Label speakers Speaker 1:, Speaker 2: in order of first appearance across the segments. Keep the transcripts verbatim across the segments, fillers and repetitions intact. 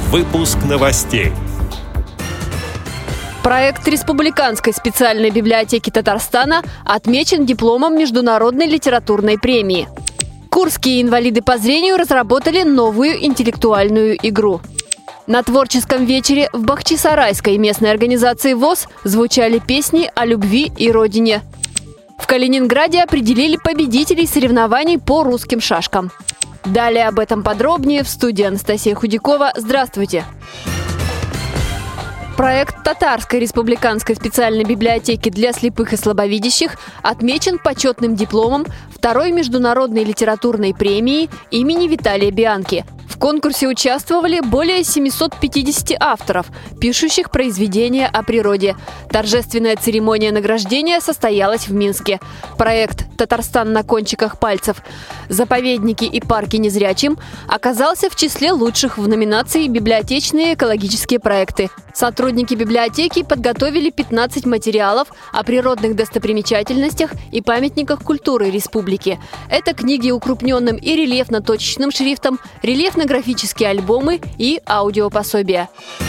Speaker 1: Выпуск новостей.
Speaker 2: Проект Республиканской специальной библиотеки Татарстана отмечен дипломом Международной литературной премии. Курские инвалиды по зрению разработали новую интеллектуальную игру. На творческом вечере в Бахчисарайской местной организации ВОС звучали песни о любви и родине. В Калининграде определили победителей соревнований по русским шашкам. Далее об этом подробнее в студии Анастасия Худякова. Здравствуйте! Проект Татарской республиканской специальной библиотеки для слепых и слабовидящих отмечен почетным дипломом второй международной литературной премии имени Виталия Бианки. В конкурсе участвовали более семисот пятидесяти авторов, пишущих произведения о природе. Торжественная церемония награждения состоялась в Минске. Проект «Татарстан на кончиках пальцев. Заповедники и парки незрячим» оказался в числе лучших в номинации «Библиотечные экологические проекты». Сотрудники библиотеки подготовили пятнадцать материалов о природных достопримечательностях и памятниках культуры республики. Это книги укрупненным и рельефно-точечным шрифтом, рельефно-графические альбомы и аудиопособия.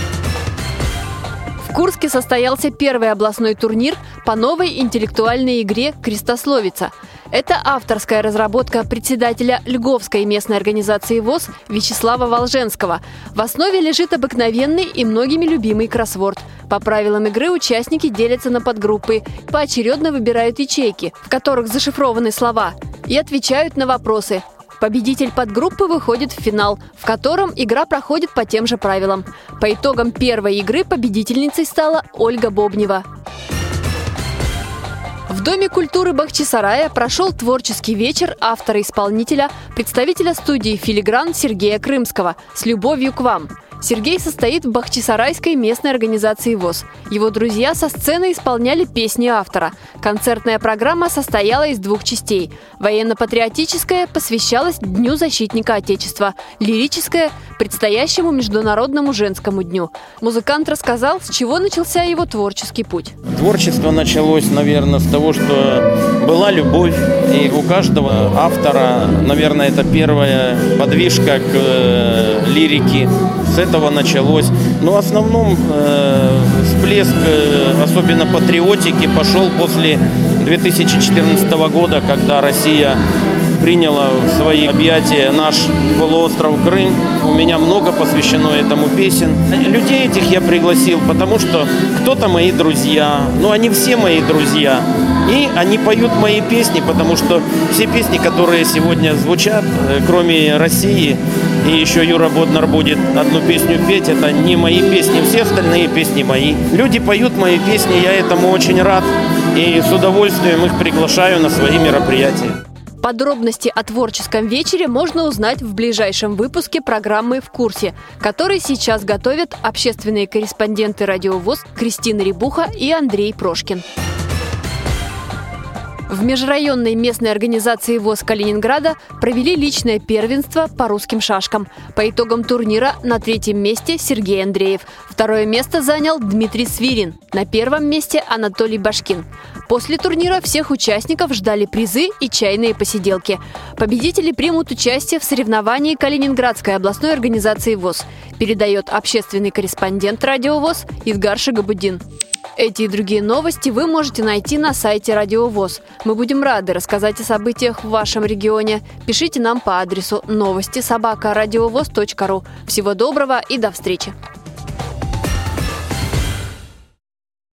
Speaker 2: В Курске состоялся первый областной турнир по новой интеллектуальной игре «Крестословица». Это авторская разработка председателя Льговской местной организации ВОС Вячеслава Волженского. В основе лежит обыкновенный и многими любимый кроссворд. По правилам игры участники делятся на подгруппы, поочередно выбирают ячейки, в которых зашифрованы слова, и отвечают на вопросы. Победитель подгруппы выходит в финал, в котором игра проходит по тем же правилам. По итогам первой игры победительницей стала Ольга Бобнева. В Доме культуры Бахчисарая прошел творческий вечер автора-исполнителя, представителя студии «Филигран» Сергея Крымского «С любовью к вам». Сергей состоит в Бахчисарайской местной организации ВОС. Его друзья со сцены исполняли песни автора. Концертная программа состояла из двух частей. Военно-патриотическая посвящалась Дню защитника Отечества, лирическая – предстоящему Международному женскому дню. Музыкант рассказал, с чего начался его творческий путь.
Speaker 3: Творчество началось, наверное, с того, что была любовь. И у каждого автора, наверное, это первая подвижка к э, лирике. С этого началось. Но в основном э, всплеск, э, особенно патриотики, пошел после две тысячи четырнадцатого года, когда Россия приняла в свои объятия наш полуостров Крым. У меня много посвящено этому песен. Людей этих я пригласил, потому что кто-то мои друзья, ну они все мои друзья. И они поют мои песни, потому что все песни, которые сегодня звучат, кроме России, и еще Юра Боднар будет одну песню петь, это не мои песни, все остальные песни мои. Люди поют мои песни, я этому очень рад, и с удовольствием их приглашаю на свои мероприятия.
Speaker 2: Подробности о творческом вечере можно узнать в ближайшем выпуске программы «В курсе», который сейчас готовят общественные корреспонденты Радио ВОС Кристина Рябуха и Андрей Прошкин. В межрайонной местной организации ВОС Калининграда провели личное первенство по русским шашкам. По итогам турнира на третьем месте Сергей Андреев. Второе место занял Дмитрий Свирин. На первом месте Анатолий Башкин. После турнира всех участников ждали призы и чайные посиделки. Победители примут участие в соревновании Калининградской областной организации ВОС. Передает общественный корреспондент Радио ВОС Идгар Шагабудин. Эти и другие новости вы можете найти на сайте Радио ВОС. Мы будем рады рассказать о событиях в вашем регионе. Пишите нам по адресу новости собака радиовос точка ру. Всего доброго и до встречи!